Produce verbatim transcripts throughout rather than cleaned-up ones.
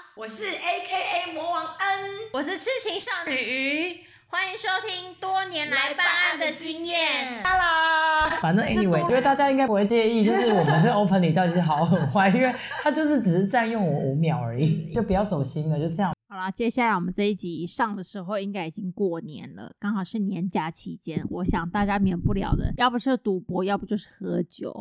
我是 A K A 魔王恩， 我是痴情少女鱼，欢迎收听多年来办案的经验。 Hello， 反正 anyway， 因为大家应该不会介意，就是我们这 open 里到底是好很坏，因为他就是只是占用我五秒而已，就不要走心了，就这样。 好啦，接下来我们这一集上的时候应该已经过年了，刚好是年假期间，我想大家免不了的，要不是赌博，要不就是喝酒，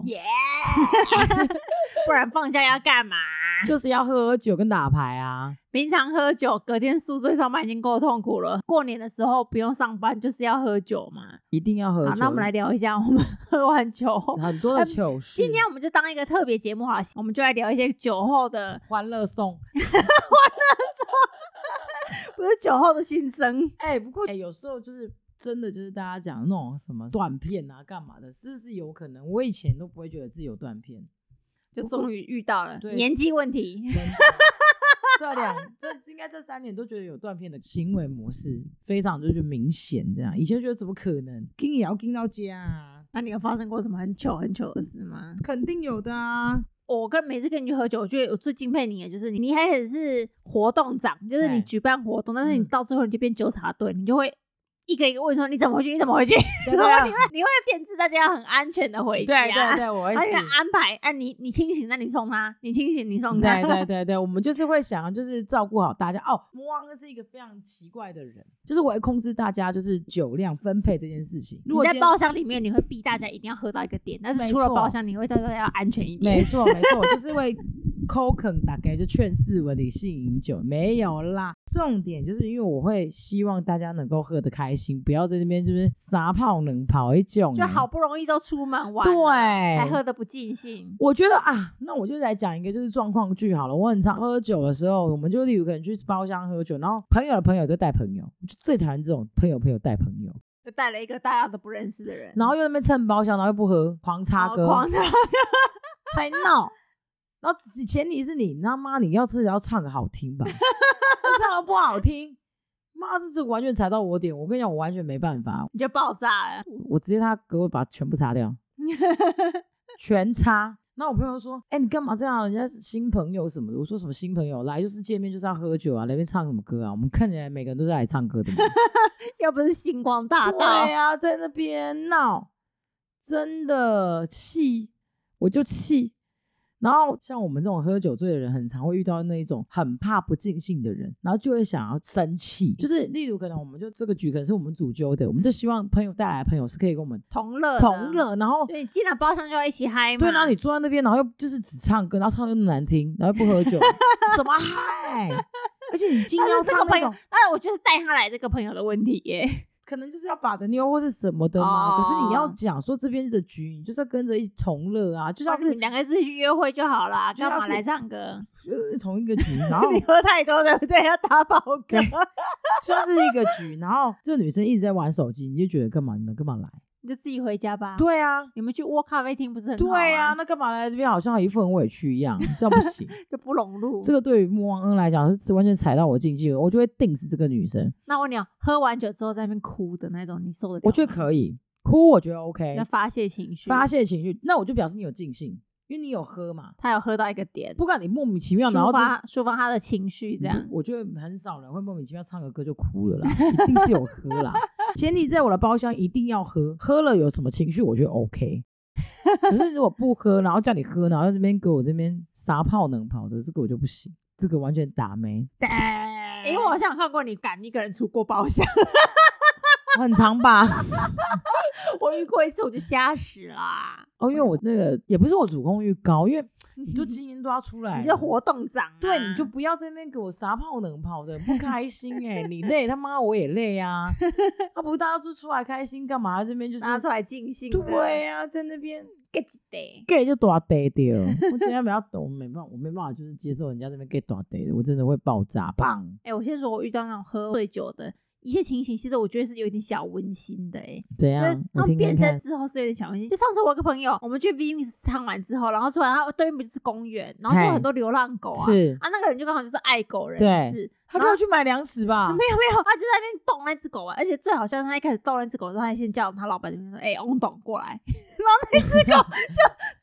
yeah! 不然放假要干嘛？ 就是要喝酒跟打牌啊。 平常喝酒，隔天宿醉上班已经够痛苦了，过年的时候不用上班，就是要喝酒嘛， 一定要喝酒。 好，那我们来聊一下我们喝完酒后很多的糗事。 今天我们就当一个特别节目好了，我们就来聊一些酒后的欢乐颂。 欢乐颂不是酒后的心声。 哎、欸，不过、欸、有时候就是真的就是大家讲那种什么断片啊干嘛的，是是有可能。我以前都不会觉得自己有断片， 就终于遇到了年纪问题。 这两这应该这三年都觉得有断片的行为模式非常就是明显，这样以前觉得怎么可能，跟也要跟到家啊。 那你有发生过什么很糗很糗的事吗？ 肯定有的啊。 我跟每次跟你去喝酒，我觉得我最敬佩你的就是你，你一开始是活动长，就是你举办活动，但是你到最后你就变纠察队，你就会一个一个问说你怎么回去，你怎么回去？对对啊、你会你会限制大家要很安全的回家。 对对对，我会是安排。啊，你你清醒，那你送他；你清醒，你送他。 对对对对，我们就是会想，就是照顾好大家。哦，魔王是一个非常奇怪的人，就是我会控制大家就是酒量分配这件事情。如果你在包厢里面，你会逼大家一定要喝到一个点，但是除了包厢，你会大家要安全一点。 没错没错，就是会口肯大概就劝世文理性饮酒，没有啦。重点就是因为我会希望大家能够喝得开心，不要在那边就是撒泡冷跑一种， 就好不容易都出门玩， 对， 还喝得不尽兴。 我觉得啊，那我就来讲一个就是状况剧好了。我很常喝酒的时候，我们就例如可能去包厢喝酒，然后朋友的朋友就带朋友，我就最讨厌这种朋友朋友带朋友， 就带了一个大家都不认识的人， 然后又在那边蹭包厢，然后又不喝，狂插歌， 狂插歌才闹。然后前提是你他妈你要至少要唱个好听吧，唱得不好听，妈这这完全踩到我点。我跟你讲，我完全没办法， 你就爆炸了。 我直接他给我把全部擦掉，全擦。那我朋友说：“哎、欸，你干嘛这样？人家是新朋友什么的。”我说：“什么新朋友？来就是见面就是要喝酒啊，来那边唱什么歌啊？我们看起来每个人都是来唱歌的嘛， 又不是星光大道。” 对啊，在那边闹，真的气，我就气。然后像我们这种喝酒醉的人，很常会遇到那一种很怕不尽兴的人，然后就会想要生气。就是例如可能我们就这个局可能是我们主揪的，我们就希望朋友带来的朋友是可以跟我们同乐同乐，然后对，进了包厢就要一起嗨嘛。 对，然后你坐在那边，然后又就是只唱歌，然后唱又那么难听，然后又不喝酒，怎么嗨？而且你今天要唱那种， 那我就是带他来这个朋友的问题耶。 可能就是要把着妞或是什么的嘛、哦、可是你要讲说这边的局你就是要跟着一起同乐啊，就像是两个自己去约会就好啦，干嘛来唱歌？ 就是同一个局，然后你喝太多对不对？要打饱嗝， 就像是一个局，然后这个女生一直在玩手机，你就觉得干嘛？你们干嘛来？ 你就自己回家吧。 对啊， 你们去窝咖啡厅不是很好吗？ 对啊，那干嘛来这边？好像一副很委屈一样，这样不行， 就不融入。 这个对于魔王恩来讲是完全踩到我禁忌了，我就会定死这个女生。 那我问你哦，喝完酒之后在那边哭的那种，你受得了吗？ 我觉得可以，哭我觉得 OK， 要发泄情绪， 发泄情绪，那我就表示你有尽兴。因为你有喝嘛， 他有喝到一个点， 不管你莫名其妙，然后抒发抒发他的情绪，这样。 我觉得很少人会莫名其妙唱个歌就哭了啦，一定是有喝啦。前提在我的包厢一定要喝，喝了有什么情绪，我觉得 OK。可是如果不喝，然后叫你喝，然后这边给我这边撒泡能跑的，这个我就不行，这个完全打没。 因为我好像有看过你赶一个人出过包厢。 很长吧我遇过一次我就吓死啦。 哦，因为我那个也不是我主控欲高，因为你就今天都要出来， 你是活动长、啊、 对，你就不要在那边给我撒泡冷跑的，不开心哎、欸！你累他妈我也累啊，他、啊、不大家就出来开心干嘛？这边就是拿出来尽兴， 对啊，在那边 get 一 get 就大day掉，我今天比较懂，我没办法，我没办法就是接受人家这边 get 大 day 的，我真的会爆炸棒。 哎、欸，我先说我遇到那种喝醉酒的。一些情形其实我觉得是有一点小温馨的。欸， 怎样？ 就是他们变身之后是有点小温馨。就上次我有个朋友，我们去 Vimis 唱完之后，然后出来，他对面不就是公园，然后就有很多流浪狗啊， 是啊，那个人就刚好就是爱狗人士， 他就要去买粮食吧？ 没有没有，他就在那边逗那只狗啊，而且最好像他一开始逗那只狗的时候，他先叫他老板那边说：“哎、欸，翁董过来。”然后那只狗就真的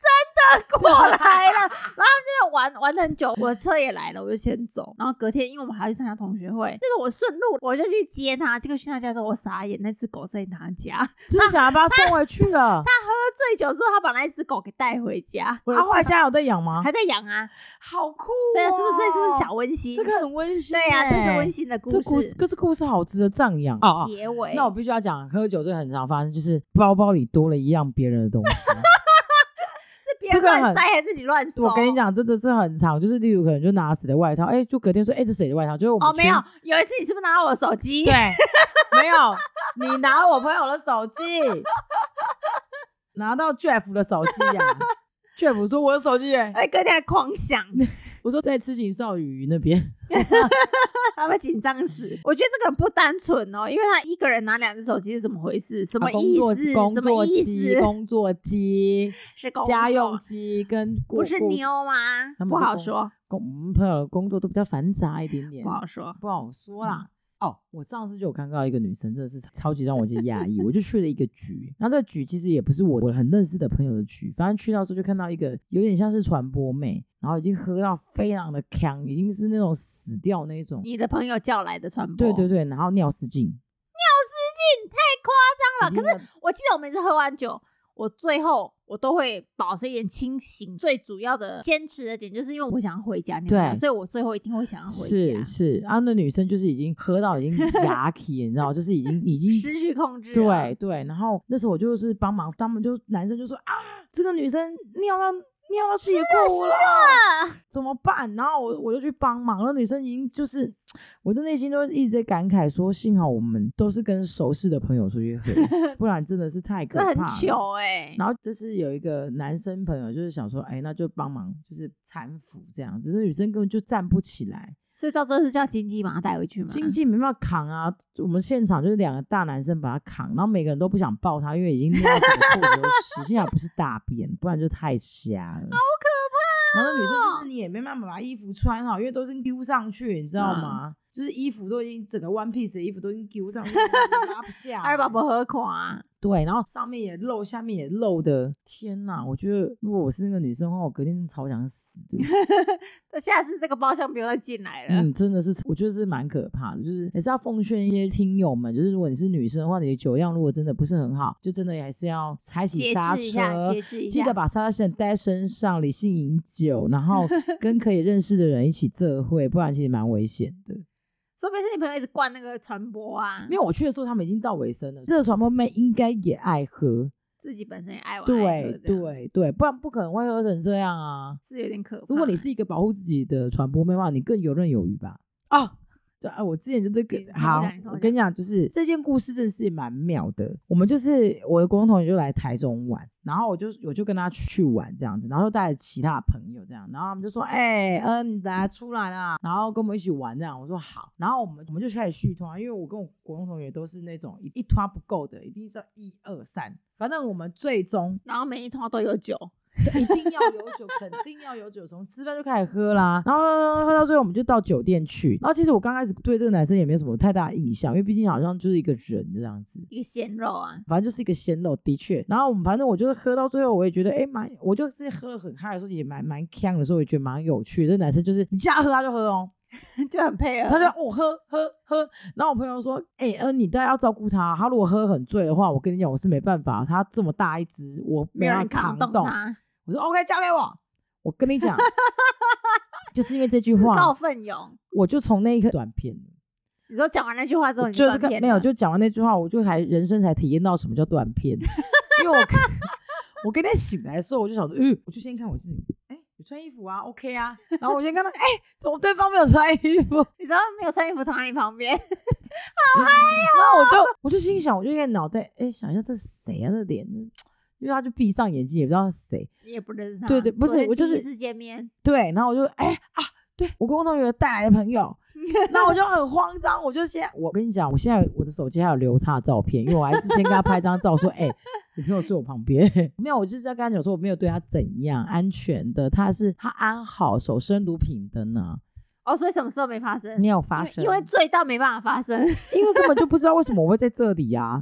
过来了，然后就玩玩很久，我的车也来了，我就先走。然后隔天，因为我们还要去参加同学会，就是我顺路我就去接他，结果去他家之后，我傻眼，那只狗在他家， 真的想要把它送回去了。 他喝醉酒之后，他把那只狗给带回家。 他后来现在有在养吗？ 还在养啊， 好酷、哦。 对啊，是不是？是不是小温馨？ 这个很温馨、 欸。对呀、啊，这是温馨的故事。 这故事，这故事好值得赞扬。 哦、结尾， 那我必须要讲，喝酒最很常发生，就是包包里多了一样别人的东西。 是别人乱塞还是你乱收？ 我跟你讲，真的是很长，就是例如可能就拿谁的外套，哎、欸，就隔天说，哎、欸，这谁的外套？就是我们哦，没有，有一次你是不是拿到我的手机？ 对，没有，你拿了我朋友的手机，拿到 Jeff 的手机呀、啊。Jeff 说我的手机耶、欸， 哎，隔天还狂响。 我说在痴情少女那边， 他会紧张死。我觉得这个不单纯哦，因为他一个人拿两只手机是怎么回事？什么意思？ 工作什么意思？ 工作机是工作家用机跟不是妞吗？不好说。 工我们朋友的工作都比较繁杂一点点， 不好说， 不好说啦。嗯哦，我上次就有看到一个女生，真的是超级让我觉得讶异。我就去了一个局，然后这个局其实也不是我我很认识的朋友的局，反正去到时候就看到一个有点像是传播妹，然后已经喝到非常的呛，已经是那种死掉那种。 你的朋友叫来的传播？ 对对对，然后尿失禁， 尿失禁太夸张了。可是我记得我每次喝完酒，我最后我都会保持一点清醒，最主要的坚持的点就是因为我想要回家，对，所以我最后一定会想要回家。 是是，啊，那女生就是已经喝到已经牙起，你知道，就是已经已经失去控制了。 对对，然后那时候我就是帮忙，他们就男生就说啊，这个女生尿到。尿到自己裤了，怎么办？然后我我就去帮忙，然后女生已经就是，我的内心都一直在感慨说，幸好我们都是跟熟识的朋友出去喝，不然真的是太可怕了。 很糗哎、欸。 然后就是有一个男生朋友，就是想说，哎，那就帮忙，就是搀扶这样子，那女生根本就站不起来。 所以到最后是叫经纪把他带回去吗？ 经纪没办法扛啊，我们现场就是两个大男生把他扛，然后每个人都不想抱他，因为已经尿到整个裤子都湿，幸好不是大便，不然就太瞎了，好可怕、哦。然后那女生就是你也没办法把衣服穿好，因为都是丢上去，你知道吗？嗯、就是衣服都已经整个 one piece 的衣服都已经丢上去，拉不下， 二宝不合款。 对，然后上面也露，下面也露的，天哪！我觉得如果我是那个女生的话，我隔天真的超想死的。 那下次这个包厢不用再进来了。 嗯，真的是，我觉得是蛮可怕的。就是也是要奉劝一些听友们，就是如果你是女生的话，你的酒量如果真的不是很好，就真的还是要踩起刹车， 节制一下，节制一下， 记得把刹车线带在身上，理性饮酒，然后跟可以认识的人一起聚会，不然其实蛮危险的。 说不定是你朋友一直灌那个传播啊。 因为我去的时候他们已经到尾声了，这个传播妹应该也爱喝， 自己本身也爱玩对对对，不然不可能会喝成这样啊， 是有点可怕。 如果你是一个保护自己的传播妹的话，你更游刃有余吧。哦，对啊，我之前就是跟好，我跟你讲，就是这件故事真的是蛮妙的。我们就是我的国中同学就来台中玩，然后我就我就跟他去玩这样子，然后就带着其他朋友这样，然后他们就说，哎、欸，嗯，你来出来啦，然后跟我们一起玩这样。我说好，然后我们我们就开始续团，因为我跟我国中同学都是那种一团不够的，一定是要一二三，反正我们最终， 然后每一团都有酒。 一定要有酒，肯定要有酒，从吃饭就开始喝啦，然后喝到最后我们就到酒店去。然后其实我刚开始对这个男生也没有什么太大的印象，因为毕竟好像就是一个人这样子， 一个鲜肉啊， 反正就是一个鲜肉，的确。然后我们反正我就是喝到最后，我也觉得哎蛮，我就自己喝得很嗨的时候也蛮蛮呛的时候，我也觉得蛮有趣的。这男生就是你叫他喝他就喝哦， 就很配合。 他就我、哦、喝喝喝，然后我朋友说，哎、欸，嗯，你当然要照顾他，他如果喝很醉的话，我跟你讲我是没办法，他这么大一只，我没办法扛动他。 我说 OK， 交给我。我跟你讲，就是因为这句话， 自告奋勇， 我就从那一刻断片了。 你说讲完那句话之后，你就断片了？ 没有，就讲完那句话，我就还人生才体验到什么叫断片。因为我我隔天醒来的时候，我就想说，嗯，我就先看我自己，哎、欸，有穿衣服啊 ，OK 啊。然后我先看到，哎、欸，怎么对方没有穿衣服？ 你知道没有穿衣服躺在你旁边，好嗨哦！ 然后我就我就心想，我就在脑袋，哎、欸，想一下这是谁啊？这脸。因为他就闭上眼睛，也不知道是谁， 你也不认识他。 对对，不是我就是第一次见面。 对，然后我就哎、欸、啊，对我跟我同学带来的朋友，那我就很慌张，我就先我跟你讲，我现在我的手机还有留差照片，因为我还是先跟他拍张照，说哎、欸，你朋友睡我旁边，没有，我就是要跟他讲说我没有对他怎样，安全的，他是他安好，守身如瓶的呢。 哦，所以什么时候没发生？ 没有发生， 因为醉到没办法发生， 因为根本就不知道为什么我会在这里啊。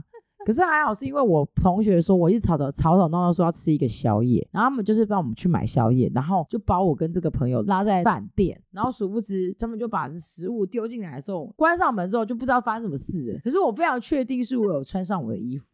可是还好是因为我同学说我一直吵吵吵吵闹闹说要吃一个宵夜，然后他们就是帮我们去买宵夜，然后就把我跟这个朋友拉在饭店，然后殊不知他们就把食物丢进来的时候，关上门之后就不知道发生什么事了。可是我非常确定是我有穿上我的衣服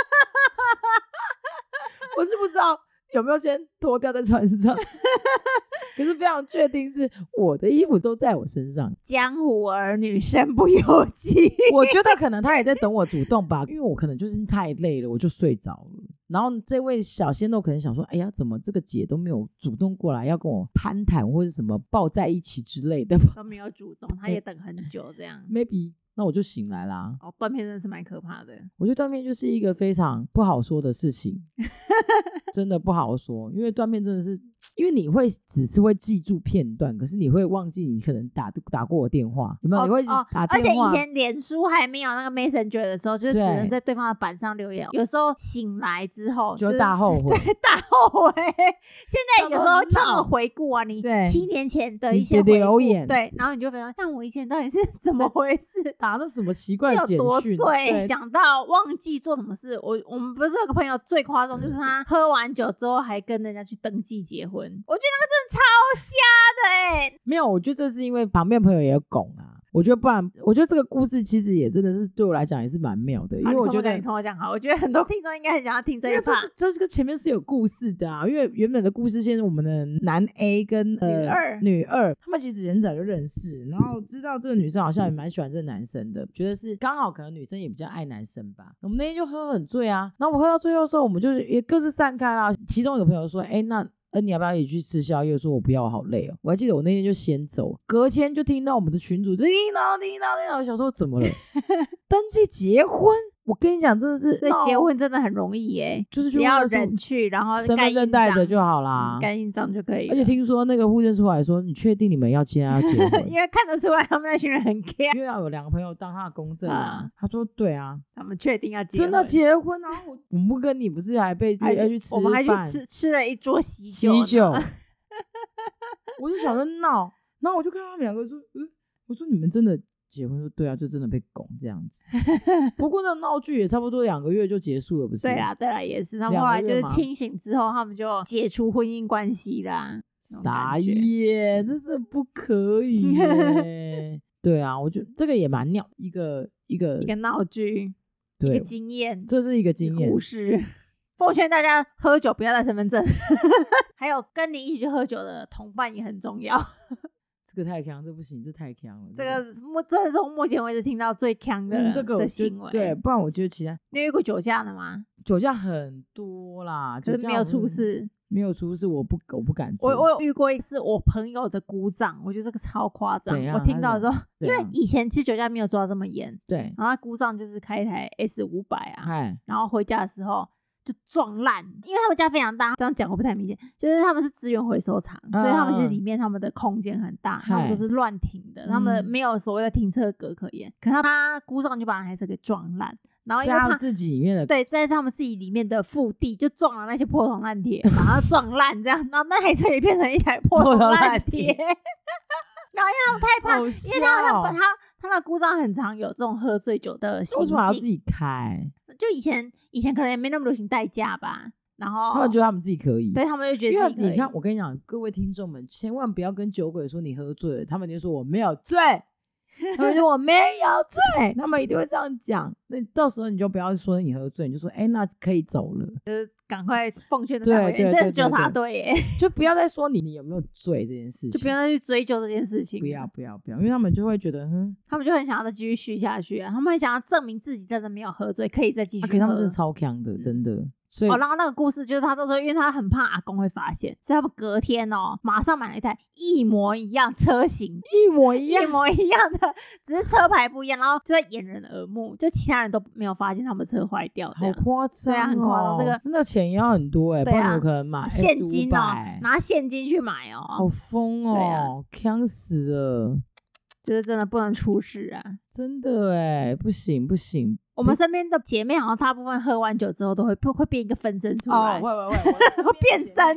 我是不知道有没有先脱掉再穿上可是非常确定是我的衣服都在我身上。 江湖儿女身不由己我觉得可能他也在等我主动吧，因为我可能就是太累了我就睡着了，然后这位小鲜肉可能想说，哎呀怎么这个姐都没有主动过来要跟我攀谈或者什么抱在一起之类的都没有主动，他也等很久这样 maybe 那我就醒来啦。 哦，断片真的是蛮可怕的。 我觉得断片就是一个非常不好说的事情真的不好说，因为断片真的是因为你会只是会记住片段，可是你会忘记你可能打打过我电话，有没有、哦、你会打电话、哦、 而且以前脸书还没有那个 Messenger 的时候，就是只能在对方的板上留言，有时候醒来之后就大后悔、就是、 对，大后悔现在有时候听那个回顾啊，你七年前的一些回顾留言， 对，然后你就会发现但我以前到底是怎么回事， 打的什么奇怪简讯， 有多醉。讲到忘记做什么事，我我们不是有个朋友最夸张，就是他喝完酒之后还跟人家去登记结婚，我觉得那个真的超瞎的欸。 没有，我觉得这是因为旁边朋友也有拱啊，我觉得不然我觉得这个故事其实也真的是对我来讲也是蛮妙的，因为我觉得你从我讲好，我觉得很多听众应该很想要听这一 part， 这这个前面是有故事的啊，因为原本的故事线是我们的男 A 跟、呃、 女二女二他们其实很早就认识，然后知道这个女生好像也蛮喜欢这个男生的，觉得是刚好可能女生也比较爱男生吧。我们那天就喝很醉啊，然后我们喝到最后的时候我们就是也各自散开啦，其中有个朋友说哎那呃，你要不要一起去吃宵夜？我说我不要，我好累哦。我还记得我那天就先走，隔天就听到我们的群主叮当叮当叮当，我想说怎么了？登记结婚？我跟你讲，真的是， 所以结婚真的很容易耶， 就是只要人去，然后身份证带着就好啦， 盖印章就可以了。 而且听说那个户政出来说，你确定你们要现在要结婚？ 因为看得出来他们那群人很 care， 因为有两个朋友当他的公证啊，嗯、他说对啊， 他们确定要结婚， 真的结婚啊！我我们不跟你不是还被约去吃饭， 我们还去吃吃了一桌喜酒， 喜酒，我就想着闹，然后我就看他们两个说，嗯，我说你们真的结婚？说对啊，就真的被拱这样子。不过那闹剧也差不多两个月就结束了，不是？ 对啦，对啦，也是。他们后来就是清醒之后，他们就解除婚姻关系啦。 傻耶，这是不可以耶。对啊，我觉得这个也蛮妙，一个一个一个闹剧，一个经验， 这是一个经验。 故事。奉劝大家喝酒不要带身份证，还有跟你一起去喝酒的同伴也很重要。 这个太强，这不行，这太强了。 这个这是从目前为止听到最强的、嗯、这个的行为。 对，不然我觉得其他你有遇过酒驾的吗？ 酒驾很多啦， 可是没有出事。 没有出事，我不我不敢做。 我我有遇过一次我朋友的鼓掌，我觉得这个超夸张。我听到的时候，因为以前其实酒驾没有做到这么严， 对。 然后他鼓掌就是开一台 S 五百 啊，然后回家的时候就撞烂，因为他们家非常大，这样讲会不太明显，就是他们是资源回收厂，嗯、所以他们其实里面他们的空间很大，他们都是乱停的，他们没有所谓的停车格可言。可是他鼓掌就把那台车给撞烂。然后因为他们自己里面的对，在他们自己里面的腹地就撞了那些破铜烂铁，把它撞烂这样，然后那台车也变成一台破铜烂铁。然后因为他们太怕，因为他他他他的鼓掌很常有这种喝醉酒的行径， 为什么要自己开？ 就以前以前可能也没那么流行代驾吧。然后他们觉得他们自己可以， 对他们就觉得自己可以。 因为你看，我跟你讲，各位听众们，千万不要跟酒鬼说你喝醉了，他们就说我没有醉。他们说我没有醉，他们一定会这样讲。那到时候你就不要说你喝醉，你就说哎、欸，那可以走了， 就是赶快奉劝他们，对，这是纠察队耶， 就不要再说你你有没有醉这件事情， 就不要再去追究这件事情， 不要不要不要，因为他们就会觉得，嗯， 他们就很想要再继续续下去啊，他们很想要证明自己真的没有喝醉，可以再继续喝。 可是他们真的超强的，真的。嗯所以哦，然后那个故事就是他到时候，因为他很怕阿公会发现，所以他们隔天哦，马上买了一台一模一样车型， 一模一样， 一模一样的，只是车牌不一样，然后就在掩人耳目，就其他人都没有发现他们车坏掉。 好夸张、哦， 对啊，很夸张。这个那钱也要很多哎、欸，不然有可能买现金哦，拿现金去买哦， 好疯哦，呛、啊、死了， 就是真的不能出事啊， 真的哎、欸，不行不行。 我们身边的姐妹好像大部分喝完酒之后都会会变一个分身出来， 哦，会会会， 会变身。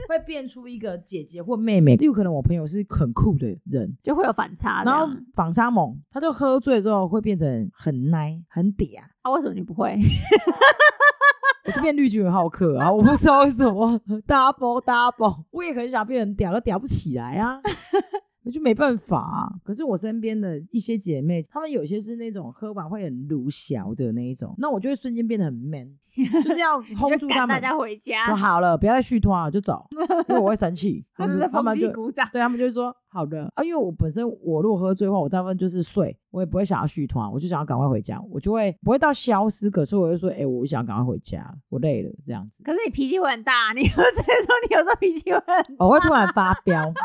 会变出一个姐姐或妹妹，例如可能我朋友是很酷的人， 就会有反差， 然后反差萌，他就喝醉之后会变成很奶很嗲啊，为什么你不会？ 我就变绿巨人浩克啊！我不知道为什么 double double， 我也很想变成嗲，都嗲不起来啊。我就没办法啊。可是我身边的一些姐妹，她们有些是那种喝完会很鲁小的那一种，那我就会瞬间变得很 man， 就是要 hold 住他们， 大家回家说好了，不要再续拖了，就走，因为我会生气。 他们在风纪鼓掌， 对他们就会说好的啊，因为我本身我如果喝醉的话，我大部分就是睡，我也不会想要续拖，我就想要赶快回家，我就会不会到消失，可是我就说，哎、欸，我想要赶快回家，我累了这样子。 可是你脾气会很大，你喝醉的时候，你有时候脾气会很大， 我会突然发飙。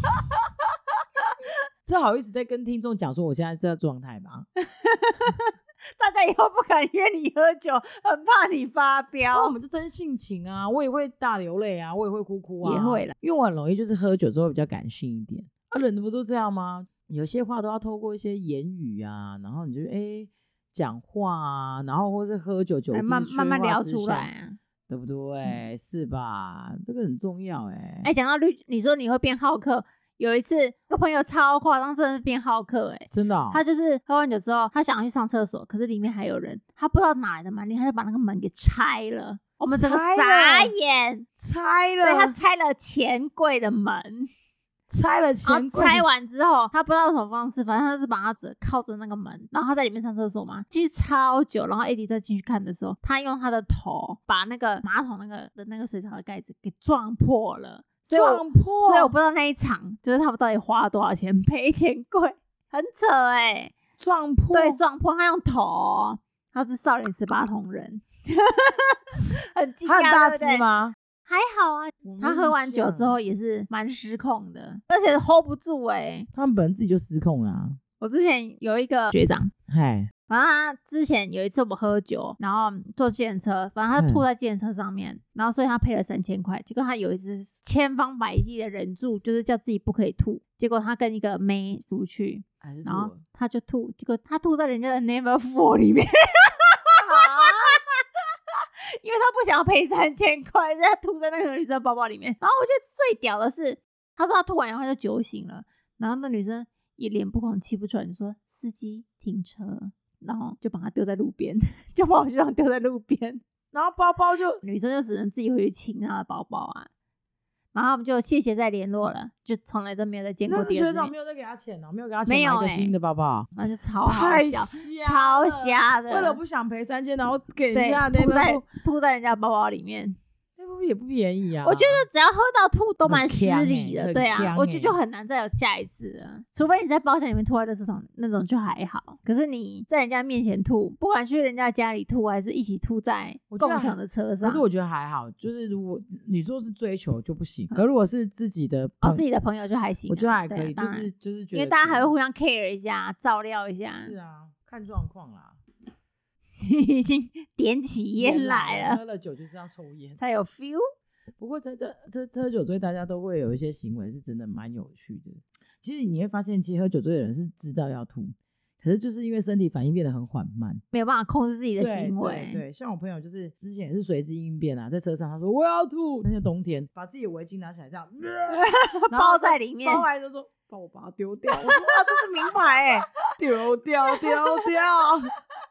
这好意思再跟听众讲说我现在这个状态吗？ 大家以后不敢约你喝酒，很怕你发飙。 那我们就真性情啊，我也会大流泪啊，我也会哭哭啊， 也会啦， 因为我很容易就是喝酒之后比较感性一点。啊，人不都这样吗？有些话都要透过一些言语啊，然后你就哎讲话啊，然后或是喝酒酒精慢慢慢聊出来啊， 对不对？嗯、是吧？这个很重要哎、欸。 哎，讲到绿，你说你会变好客。有一次，个朋友超夸张，真的是变好客哎、欸， 真的、哦。 他就是喝完酒之后，他想要去上厕所，可是里面还有人，他不知道哪来的蛮力，他就把那个门给拆了。我们整个傻眼， 拆了， 对，他拆了钱柜的门， 拆了钱柜。 拆完之后，他不知道什么方式，反正他就是把他只靠着那个门，然后他在里面上厕所嘛，继续超久。然后 A D 再进去看的时候，他用他的头把那个马桶那个的那个水槽的盖子给撞破了。 撞破， 所以我不知道那一场就是他们到底花了多少钱赔钱柜，很扯哎、欸， 撞破， 对，撞破，他用头，他是少年十八铜人，很惊讶， 他很大只吗？ 还好啊，他喝完酒之后也是蛮失控的，而且 hold 不住哎、欸， 他们本身自己就失控了、啊。 我之前有一个学长， 嗨。 反正他之前有一次我们喝酒，然后坐计程车，反正他吐在计程车上面、嗯，然后所以他赔了三千块。结果他有一次千方百计的忍住，就是叫自己不可以吐。结果他跟一个妹出去，然后他就吐，结果他吐在人家的 Never Full 里面，因为他不想要赔三千块，所以他吐在那个女生的包包里面。然后我觉得最屌的是，他说他吐完以后他就酒醒了，然后那女生也脸不红气不喘，就说司机停车。然后就把他丢在路边，就把我学长丢在路边， 然后包包就女生就只能自己回去清他的包包啊。然后我们就谢谢再联络了，就从来都没有再见过第二次。 那学长没有再给他钱了，没有给他钱买一个新的包包， 那就超好笑， 太瞎超瞎的。 为了不想赔三千，然后给人家吐在吐在人家包包里面。 也不便宜啊， 我觉得只要喝到吐都蛮失礼的， 欸、 对啊， 欸、 我觉得就很难再有下一次了，除非你在包厢里面吐在垃圾桶那种就还好，可是你在人家面前吐，不管去人家家里吐还是一起吐在共享的车上， 可是我觉得还好，就是如果你说是追求就不行，可如果是自己的哦自己的朋友就还行、啊， 我觉得还可以，就是就是觉得， 因为大家还会互相 care 一下，照料一下， 是啊，看状况啦。 已经点起烟来了， 喝了酒就是要抽烟才有 feel。 不过这这这喝酒醉，大家都会有一些行为是真的蛮有趣的。其实你会发现，其实喝酒醉的人是知道要吐，可是就是因为身体反应变得很缓慢， 没有办法控制自己的行为。 对 对, 对，像我朋友就是之前也是随机应变啊，在车上他说我要吐，那天冬天把自己的围巾拿起来这样包在里面， 包完就说帮我把它丢掉。我说哇，这是名牌哎、欸，丢掉丢掉，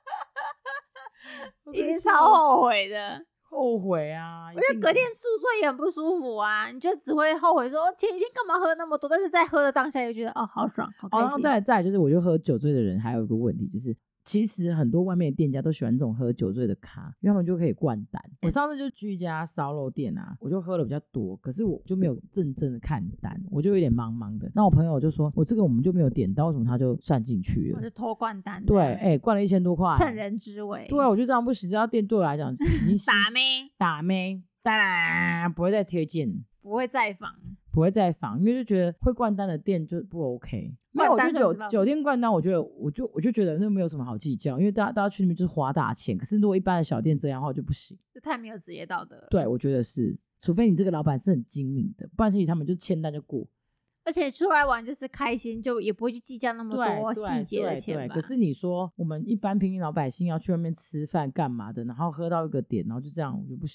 一定超后悔的。 后悔啊！ 我觉得隔天宿醉也很不舒服啊，你就只会后悔说，前一天干嘛喝那么多？但是在喝的当下又觉得哦，好爽，好开心。 哦、然后再来再来就是，我觉得喝酒醉的人还有一个问题，就是其实很多外面的店家都喜欢这种喝酒醉的咖，因为他们就可以灌单。我上次就去一家烧肉店啊，我就喝了比较多，可是我就没有认真的看单，我就有点茫茫的。那我朋友就说，我这个我们就没有点到，为什么他就算进去了？ 我就偷灌单。 对，哎、欸，灌了一千多块， 趁人之危。 对啊，我就这样不行，这家店对我来讲，你打咩打咩，当然不会再推荐， 不会再访。 不会再访，因为就觉得会灌单的店就不 OK。没有，我就酒酒店灌单，我觉得我就我就觉得那没有什么好计较，因为大家大家去那边就是花大钱。可是如果一般的小店这样的话就不行， 就太没有职业道德了。 对，我觉得是，除非你这个老板是很精明的，不然其实他们就签单就过。 而且出来玩就是开心，就也不会去计较那么多细节的钱吧。 对对对，可是你说我们一般平民老百姓要去外面吃饭干嘛的，然后喝到一个点，然后就这样，我就不行。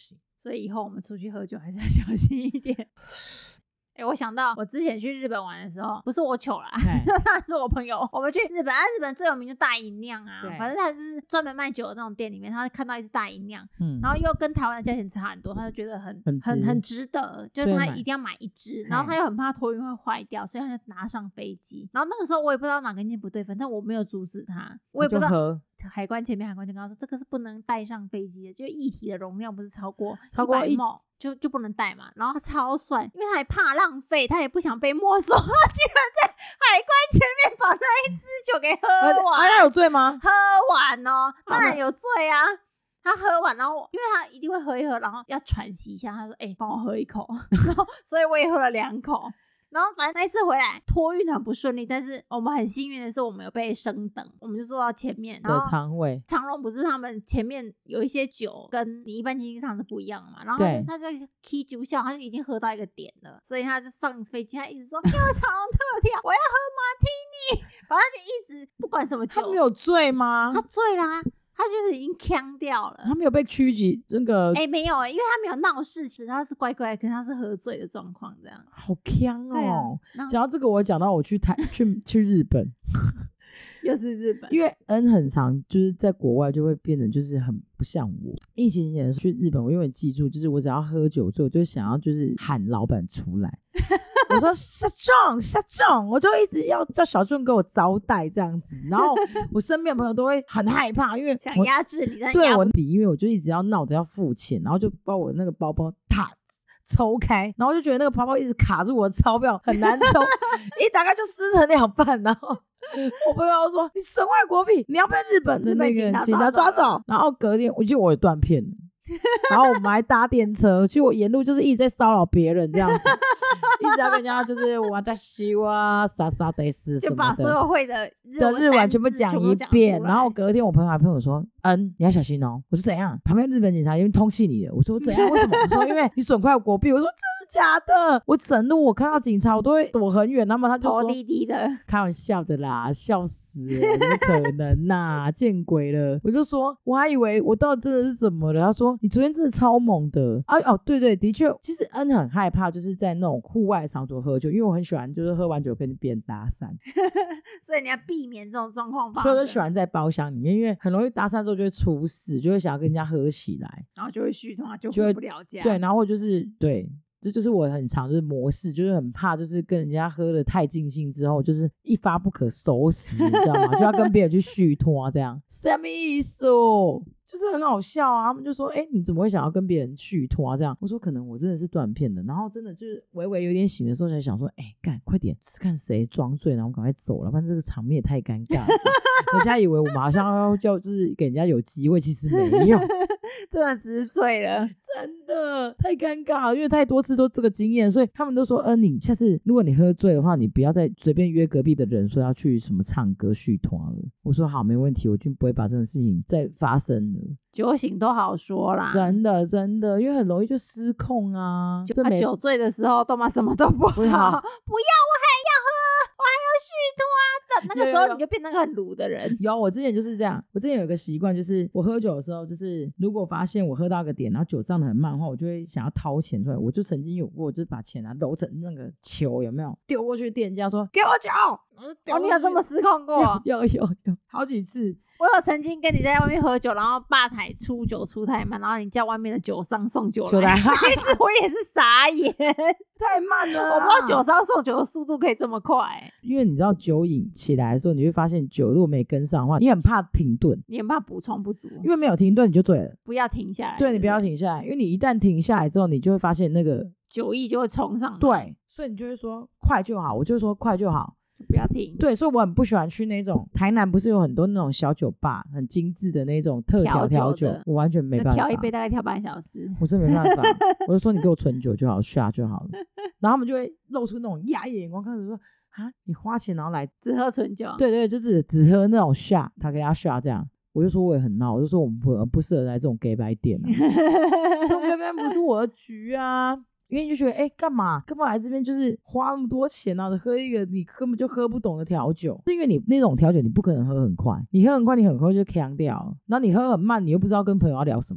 所以以后我们出去喝酒还是要小心一点。哎、欸，我想到我之前去日本玩的时候，不是我糗啦，那是我朋友。我们去日本，啊，日本最有名就大银酿啊，反正他就是专门卖酒的那种店里面，他看到一支大银酿，嗯，然后又跟台湾的价钱差很多，他就觉得很很很很值得，就是他一定要买一支，然后他又很怕托运会坏掉，所以他就拿上飞机。然后那个时候我也不知道哪根筋不对，反正我没有阻止他，我也不知道。海关前面海关就跟他说，这个是不能带上飞机的，就液体的容量不是超过超过一毫就就不能带嘛。然后他超帅，因为他还怕浪费，他也不想被没收，他居然在海关前面把那一支酒给喝完。 他有醉吗？ 喝完哦，当然有醉啊。他喝完，然后因为他一定会喝一喝，然后要喘息一下，他说：“哎、欸，帮我喝一口。”然后所以我也喝了两口。然后反正那一次回来托运很不顺利，但是我们很幸运的是我们有被升等，我们就坐到前面。然后舱位， 长荣不是他们前面有一些酒跟你一般经济舱是不一样的嘛，然后他就 key 酒效，他就已经喝到一个点了，所以他就上飞机，他一直说要长荣特调，我要喝马提尼，反正就一直不管什么酒。 他没有醉吗？ 他醉啦。他就是已经呛掉了， 他没有被驱疾那个， 哎、欸，没有、欸，因为他没有闹事，其实他是乖乖，可是他是喝醉的状况，这样好呛哦。讲、啊、到这个，我讲到我去台去去日本， 又是日本， 因为 N 很常就是在国外就会变得就是很不像我。疫情前去日本，我永远记住，就是我只要喝酒醉，我就想要就是喊老板出来。我说下重下重，我就一直要叫小众给我招待这样子，然后我身边的朋友都会很害怕，因为想压制你， 对我比，因为我就一直要闹着要付钱，然后就把我那个包包踏抽开，然后就觉得那个包包一直卡住我的钞票，很难抽，一打开就撕成两半，然后我朋友说你损坏国币，你要被日本的那个警察抓走，然后隔天我记得我也断片了。然后我们还搭电车，其实我沿路就是一直在骚扰别人这样子，一直要跟人家就是我的希望傻傻得死什么的， 就把所有会的日的日文全部讲一遍。然后隔天我朋友还跟我说：“嗯，你要小心哦。”我说：“怎样？旁边日本警察因为通缉你了。”我说：“怎样？为什么？”我说：“因为你损坏国币。”我说：“真的假的？”我整路我看到警察我都会躲很远，那么他就说：“ 头低低的， 开玩笑的啦，笑死了，怎么可能呐、啊？见鬼了！”我就说：“我还以为我到底真的是怎么了？”他说：“你昨天真的超猛的。”啊哦，对对，的确，其实恩很害怕，就是在那种户外场所喝酒，因为我很喜欢，就是喝完酒跟别人搭讪， 所以你要避免这种状况发生。 所以我就喜欢在包厢里面，因为很容易搭讪之后就会出事，就会想要跟人家喝起来， 然后就会续通，就回不了家。 对，然后就是对。这就是我很常就是模式，就是很怕就是跟人家喝得太尽兴之后，就是一发不可收拾，你知道吗？就要跟别人去续托这样，什么意思？就是很好笑啊！他们就说：“哎、欸，你怎么会想要跟别人续托啊？”这样，我说：“可能我真的是断片的。”然后真的就是微微有点醒的时候，才想说：“哎、欸，干，快点，是看谁装醉，然后赶快走了，不然这个场面也太尴尬了。”人家以为我马上要要就是给人家有机会，其实没有。 真的只是醉了， 真的太尴尬了，因为太多次都这个经验，所以他们都说：“呃，你下次如果你喝醉的话，你不要再随便约隔壁的人说要去什么唱歌续团了。”我说：“好，没问题，我就不会把这种事情再发生了。” 酒醒都好说啦， 真的真的，因为很容易就失控啊。 就啊酒醉的时候，都嘛什么都不好，不要，我还要喝，我还要续托啊。那个时候你就变那个很鲁的人。 有，我之前就是这样。我之前有一个习惯，就是我喝酒的时候，就是如果发现我喝到一个点，然后酒胀得很慢的话，我就会想要掏钱出来。我就曾经有过，就是把钱啊揉成那个球，有没有丢过去店家说给我酒？ 哦，你有这么失控过？ 有有有有好几次。 我有曾经跟你在外面喝酒，然后吧台出酒出太慢，然后你叫外面的酒商送酒来，那次我也是傻眼， 太慢了。 我不知道酒商送酒的速度可以这么快、欸， 因为你知道酒瘾起来的时候，你会发现酒如果没跟上的话，你很怕停顿， 你很怕补充不足， 因为没有停顿你就醉了。 不要停下来， 对，你不要停下来，因为你一旦停下来之后，你就会发现那个酒意就会冲上来。 对，所以你就会说快就好，我就说快就好。 不要停。 对，所以我很不喜欢去那种台南不是有很多那种小酒吧，很精致的那种特调调酒，我完全没办法。 调一杯大概调半小时， 我真没办法。我就说你给我纯酒就好，下就好了。然后他们就会露出那种压抑眼光，看着说啊，你花钱然后来只喝纯酒？对对，就是只喝那种下，他给他下这样。我就说我也很闹，我就说我们不不适合来这种 gay 白店啊，这种 gay 白不是我的局啊。因为你就觉得哎，干嘛干嘛来这边就是花那么多钱啊，喝一个你根本就喝不懂的调酒，是因为你那种调酒你不可能喝很快，你喝很快你很快就呛掉了，然后你喝很慢你又不知道跟朋友要聊什么，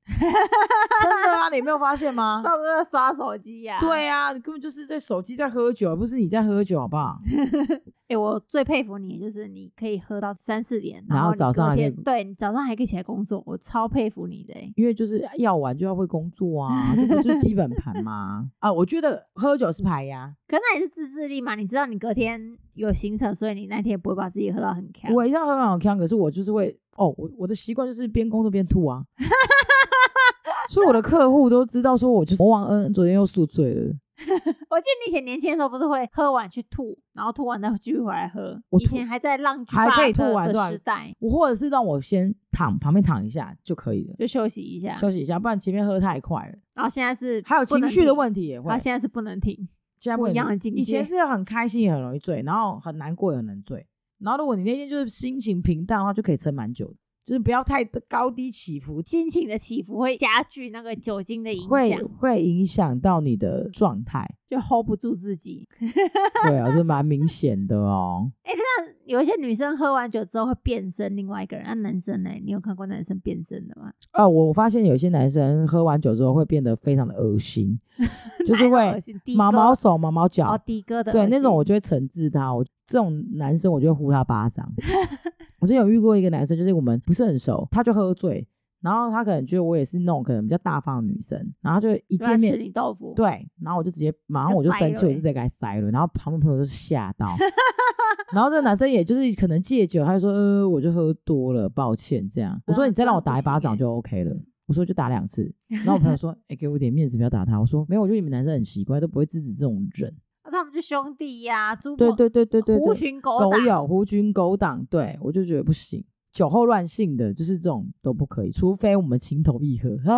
真的啊，你没有发现吗？ 到处在刷手机呀、啊。 对啊，你根本就是在手机在喝酒，而不是你在喝酒，好不好？ 哎、欸，我最佩服你，就是你可以喝到三四点， 然后后早上还可以， 对你早上还可以起来工作，我超佩服你的、欸。 因为就是要玩就要会工作啊，这不就是基本盘吗？啊，我觉得喝酒是排压， 可那也是自制力嘛。你知道你隔天有行程，所以你那天不会把自己喝到很强。 我一定要喝到很强，可是我就是会哦，我我的习惯就是边工作边吐啊。所以我的客户都知道说我就是魔王恩恩昨天又宿醉了。 我记得你以前年轻的时候不是会喝完去吐，然后吐完再继续回来喝。 我以前还在浪还可以吐完的时代， 我或者是让我先躺旁边躺一下就可以了， 就休息一下， 休息一下，不然前面喝太快了。 然后现在是还有情绪的问题也会， 他现在是不能停， 现在不一样的境界。 以前是很开心也很容易醉，然后很难过也很能醉。然后如果你那天就是心情平淡的话，就可以撑蛮久的。就是不要太高低起伏， 心情的起伏会加剧那个酒精的影响， 会会影响到你的状态， 就 hold 不住自己。 对啊，是蛮明显的哦。 哎、欸，那有一些女生喝完酒之后会变身另外一个人，那、啊、男生呢？你有看过男生变身的吗？ 哦，我发现有些男生喝完酒之后会变得非常的恶心，就是会毛毛手、毛毛脚， 哦，的哥的， 对，那种我就会惩治他。我这种男生我就会呼他巴掌。我之前有遇过一个男生，就是我们不是很熟，他就喝醉，然后他可能觉得我也是那种可能比较大方的女生，然后就一见面吃你豆腐， 对，然后我就直接马上我就生气，我就直接给他塞了，然后旁边朋友就吓到，然后这个男生也就是可能戒酒，他就说呃我就喝多了，抱歉这样。我说你再让我打一巴掌就 OK 了。我说就打两次，然后我朋友说哎、欸、给我点面子不要打他。我说没有，我觉得你们男生很奇怪，都不会制止这种人。 他们就兄弟呀、啊，猪对对对对对， 狐群狗党， 狗友狐群狗党，对我就觉得不行，酒后乱性的就是这种都不可以，除非我们情投意合。重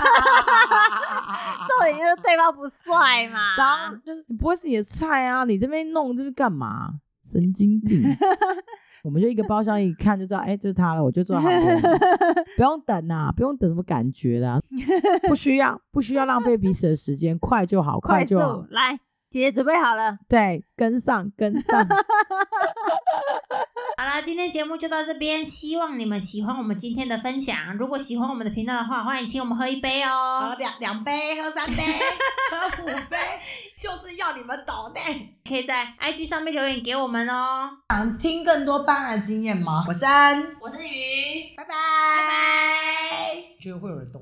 点就是对方不帅嘛， 当就是你不会是你的菜啊，你这边弄这边干嘛？神经病！我们就一个包厢一看就知道，哎、欸，就是他了，我就坐在旁边，不用等啊，不用等什么感觉啦，不需要，不需要浪费彼此的时间，快就好，快就好， 来。姐姐准备好了， 对，跟上跟上。 好啦，今天节目就到这边，希望你们喜欢我们今天的分享。如果喜欢我们的频道的话，欢迎请我们喝一杯哦，喝两两杯，喝三杯，喝五杯，就是要你们懂的。可以在 I G 上面留言给我们哦。 想听更多办案经验吗？ 我是安， 我是鱼， 拜拜，拜拜。 觉得会有人懂